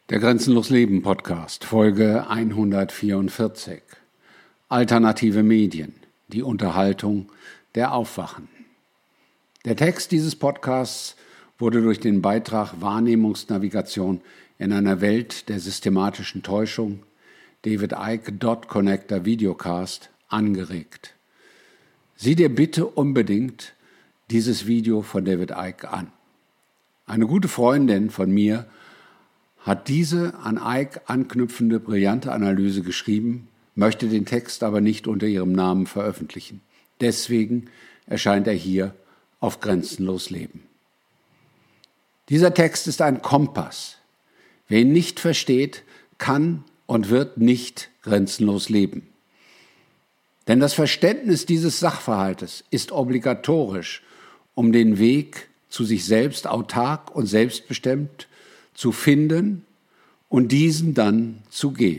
Der Grenzenlos Leben Podcast, Folge 144. Alternative Medien, die Unterhaltung der Aufwachen. Der Text dieses Podcasts wurde durch den Beitrag Wahrnehmungsnavigation in einer Welt der systematischen Täuschung, David Icke Dot Connector Videocast, angeregt. Sieh dir bitte unbedingt dieses Video von David Icke an. Eine gute Freundin von mir hat diese an Icke anknüpfende brillante Analyse geschrieben, möchte den Text aber nicht unter ihrem Namen veröffentlichen. Deswegen erscheint er hier auf Grenzenlos Leben. Dieser Text ist ein Kompass. Wer ihn nicht versteht, kann und wird nicht grenzenlos leben. Denn das Verständnis dieses Sachverhaltes ist obligatorisch, um den Weg zu sich selbst autark und selbstbestimmt zu finden und diesen dann zu gehen.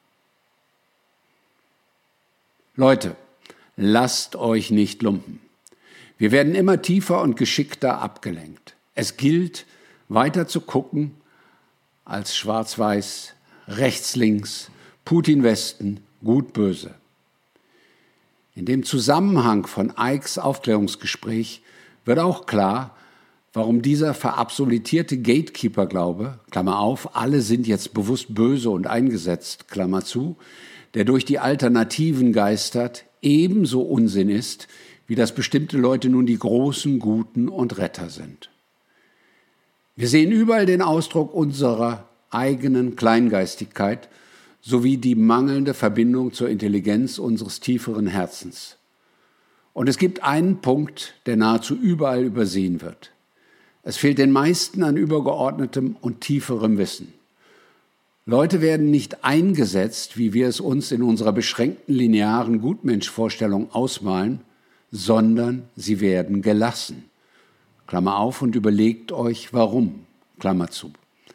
Leute, lasst euch nicht lumpen. Wir werden immer tiefer und geschickter abgelenkt. Es gilt, weiter zu gucken als schwarz-weiß, rechts-links, Putin-Westen, gut-böse. In dem Zusammenhang von Ickes Aufklärungsgespräch wird auch klar, warum dieser verabsolutierte Gatekeeper-Glaube, Klammer auf, alle sind jetzt bewusst böse und eingesetzt, Klammer zu, der durch die Alternativen geistert, ebenso Unsinn ist, wie dass bestimmte Leute nun die großen Guten und Retter sind. Wir sehen überall den Ausdruck unserer eigenen Kleingeistigkeit sowie die mangelnde Verbindung zur Intelligenz unseres tieferen Herzens. Und es gibt einen Punkt, der nahezu überall übersehen wird. Es fehlt den meisten an übergeordnetem und tieferem Wissen. Leute werden nicht eingesetzt, wie wir es uns in unserer beschränkten linearen Gutmensch-Vorstellung ausmalen, sondern sie werden gelassen. Klammer auf und überlegt euch, warum, Klammer zu.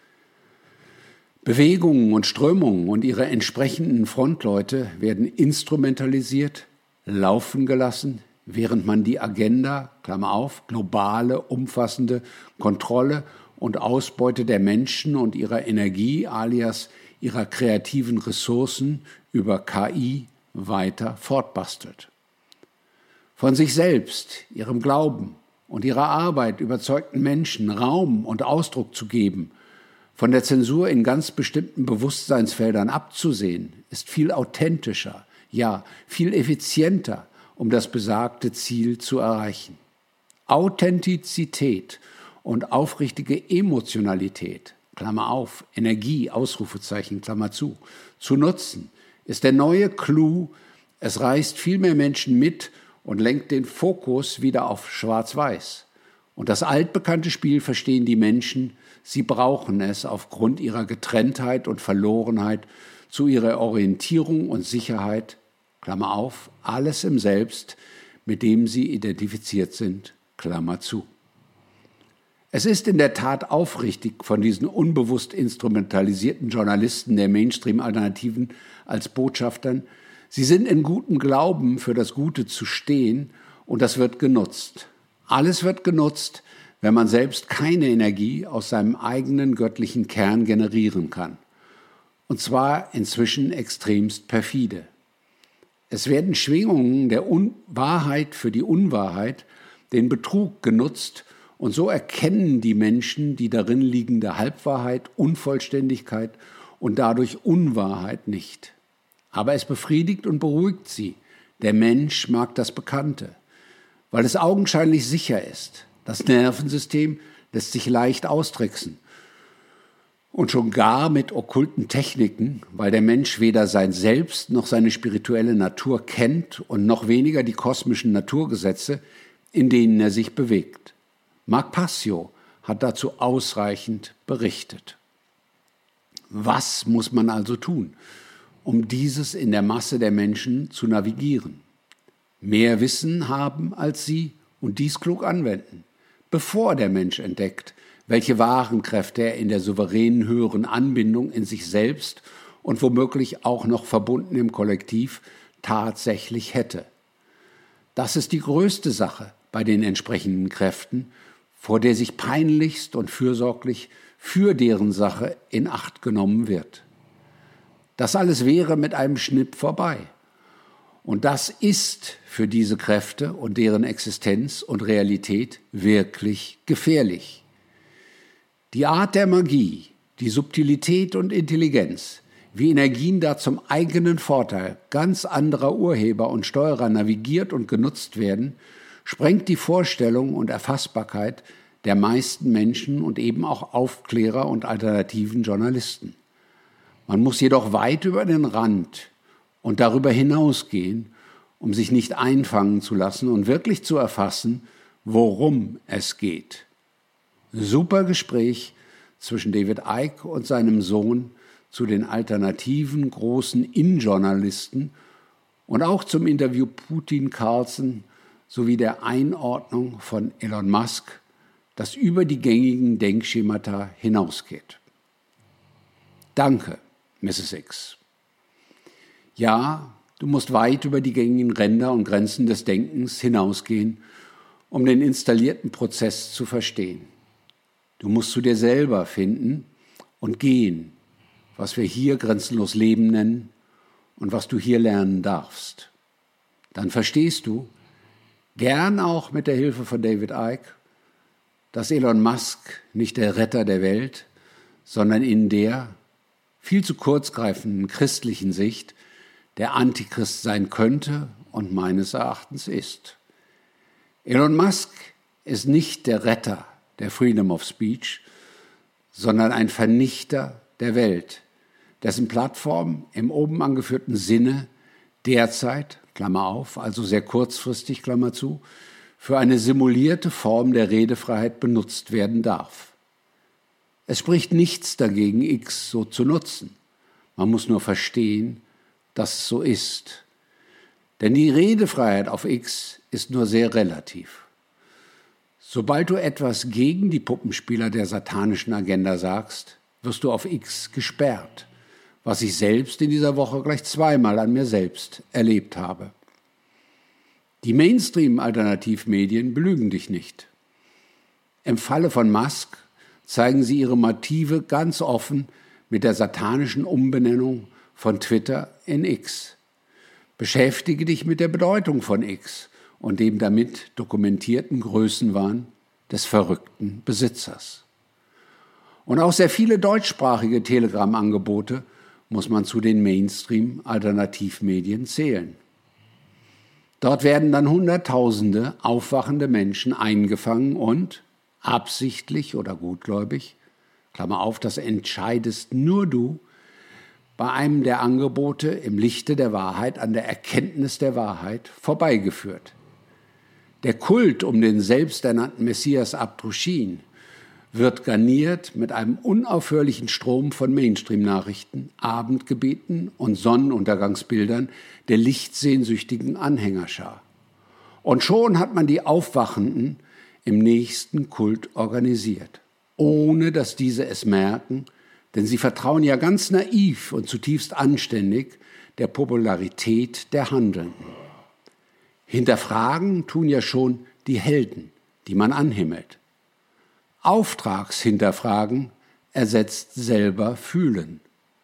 Bewegungen und Strömungen und ihre entsprechenden Frontleute werden instrumentalisiert, laufen gelassen, während man die Agenda, Klammer auf, globale, umfassende Kontrolle und Ausbeute der Menschen und ihrer Energie alias ihrer kreativen Ressourcen über KI weiter fortbastelt. Von sich selbst, ihrem Glauben und ihrer Arbeit überzeugten Menschen Raum und Ausdruck zu geben, von der Zensur in ganz bestimmten Bewusstseinsfeldern abzusehen, ist viel authentischer, ja, viel effizienter, um das besagte Ziel zu erreichen. Authentizität und aufrichtige Emotionalität, Klammer auf, Energie, Ausrufezeichen, Klammer zu nutzen, ist der neue Clou. Es reißt viel mehr Menschen mit und lenkt den Fokus wieder auf Schwarz-Weiß. Und das altbekannte Spiel verstehen die Menschen, sie brauchen es aufgrund ihrer Getrenntheit und Verlorenheit zu ihrer Orientierung und Sicherheit, Klammer auf, alles im Selbst, mit dem sie identifiziert sind, Klammer zu. Es ist in der Tat aufrichtig, von diesen unbewusst instrumentalisierten Journalisten der Mainstream-Alternativen als Botschaftern, sie sind in gutem Glauben für das Gute zu stehen und das wird genutzt. Alles wird genutzt, wenn man selbst keine Energie aus seinem eigenen göttlichen Kern generieren kann. Und zwar inzwischen extremst perfide. Es werden Schwingungen der Wahrheit für die Unwahrheit, den Betrug genutzt und so erkennen die Menschen die darin liegende Halbwahrheit, Unvollständigkeit und dadurch Unwahrheit nicht. Aber es befriedigt und beruhigt sie. Der Mensch mag das Bekannte, weil es augenscheinlich sicher ist. Das Nervensystem lässt sich leicht austricksen. Und schon gar mit okkulten Techniken, weil der Mensch weder sein Selbst noch seine spirituelle Natur kennt und noch weniger die kosmischen Naturgesetze, in denen er sich bewegt. Mark Passio hat dazu ausreichend berichtet. Was muss man also tun, um dieses in der Masse der Menschen zu navigieren? Mehr Wissen haben als sie und dies klug anwenden, bevor der Mensch entdeckt, welche wahren Kräfte er in der souveränen höheren Anbindung in sich selbst und womöglich auch noch verbunden im Kollektiv tatsächlich hätte. Das ist die größte Sache bei den entsprechenden Kräften, vor der sich peinlichst und fürsorglich für deren Sache in Acht genommen wird. Das alles wäre mit einem Schnipp vorbei. Und das ist für diese Kräfte und deren Existenz und Realität wirklich gefährlich. Die Art der Magie, die Subtilität und Intelligenz, wie Energien da zum eigenen Vorteil ganz anderer Urheber und Steuerer navigiert und genutzt werden, sprengt die Vorstellung und Erfassbarkeit der meisten Menschen und eben auch Aufklärer und alternativen Journalisten. Man muss jedoch weit über den Rand und darüber hinausgehen, um sich nicht einfangen zu lassen und wirklich zu erfassen, worum es geht. Super Gespräch zwischen David Icke und seinem Sohn zu den alternativen großen In-Journalisten und auch zum Interview Putin-Carlson sowie der Einordnung von Elon Musk, das über die gängigen Denkschemata hinausgeht. Danke, Mrs. X. Ja, du musst weit über die gängigen Ränder und Grenzen des Denkens hinausgehen, um den installierten Prozess zu verstehen. Du musst zu dir selber finden und gehen, was wir hier grenzenlos Leben nennen und was du hier lernen darfst. Dann verstehst du, gern auch mit der Hilfe von David Icke, dass Elon Musk nicht der Retter der Welt, sondern in der viel zu kurz greifenden christlichen Sicht der Antichrist sein könnte und meines Erachtens ist. Elon Musk ist nicht der Retter der Freedom of Speech, sondern ein Vernichter der Welt, dessen Plattform im oben angeführten Sinne derzeit, Klammer auf, also sehr kurzfristig, Klammer zu, für eine simulierte Form der Redefreiheit benutzt werden darf. Es spricht nichts dagegen, X so zu nutzen. Man muss nur verstehen, dass es so ist. Denn die Redefreiheit auf X ist nur sehr relativ. Sobald du etwas gegen die Puppenspieler der satanischen Agenda sagst, wirst du auf X gesperrt, was ich selbst in dieser Woche gleich zweimal an mir selbst erlebt habe. Die Mainstream-Alternativmedien belügen dich nicht. Im Falle von Musk zeigen sie ihre Motive ganz offen mit der satanischen Umbenennung von Twitter in X. Beschäftige dich mit der Bedeutung von X und dem damit dokumentierten Größenwahn des verrückten Besitzers. Und auch sehr viele deutschsprachige Telegram-Angebote muss man zu den Mainstream-Alternativmedien zählen. Dort werden dann Hunderttausende aufwachende Menschen eingefangen und, absichtlich oder gutgläubig, Klammer auf, das entscheidest nur du, bei einem der Angebote im Lichte der Wahrheit an der Erkenntnis der Wahrheit vorbeigeführt. Der Kult um den selbsternannten Messias Abdruschin wird garniert mit einem unaufhörlichen Strom von Mainstream-Nachrichten, Abendgebeten und Sonnenuntergangsbildern der lichtsehnsüchtigen Anhängerschar. Und schon hat man die Aufwachenden im nächsten Kult organisiert, ohne dass diese es merken, denn sie vertrauen ja ganz naiv und zutiefst anständig der Popularität der Handelnden. Hinterfragen tun ja schon die Helden, die man anhimmelt. Auftragshinterfragen ersetzt selber fühlen.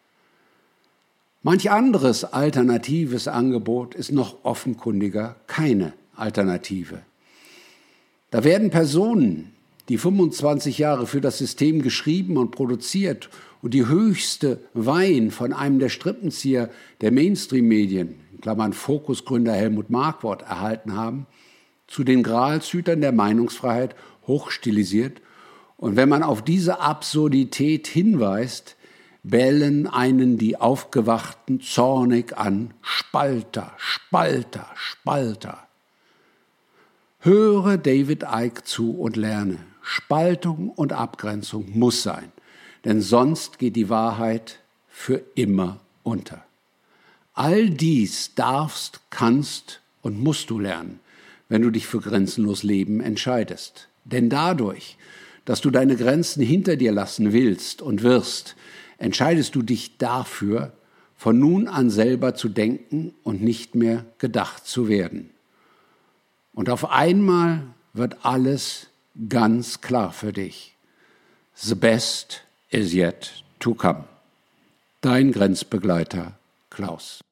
Manch anderes alternatives Angebot ist noch offenkundiger keine Alternative. Da werden Personen, die 25 Jahre für das System geschrieben und produziert und die höchste Wein von einem der Strippenzieher der Mainstream-Medien, in Klammern Fokusgründer Helmut Markwort, erhalten haben, zu den Gralshütern der Meinungsfreiheit hochstilisiert. Und wenn man auf diese Absurdität hinweist, bellen einen die Aufgewachten zornig an: Spalter, Spalter, Spalter. Höre David Icke zu und lerne. Spaltung und Abgrenzung muss sein, denn sonst geht die Wahrheit für immer unter. All dies darfst, kannst und musst du lernen, wenn du dich für grenzenlos Leben entscheidest. Denn dadurch, dass du deine Grenzen hinter dir lassen willst und wirst, entscheidest du dich dafür, von nun an selber zu denken und nicht mehr gedacht zu werden. Und auf einmal wird alles ganz klar für dich. The best is yet to come. Dein Grenzbegleiter Klaus.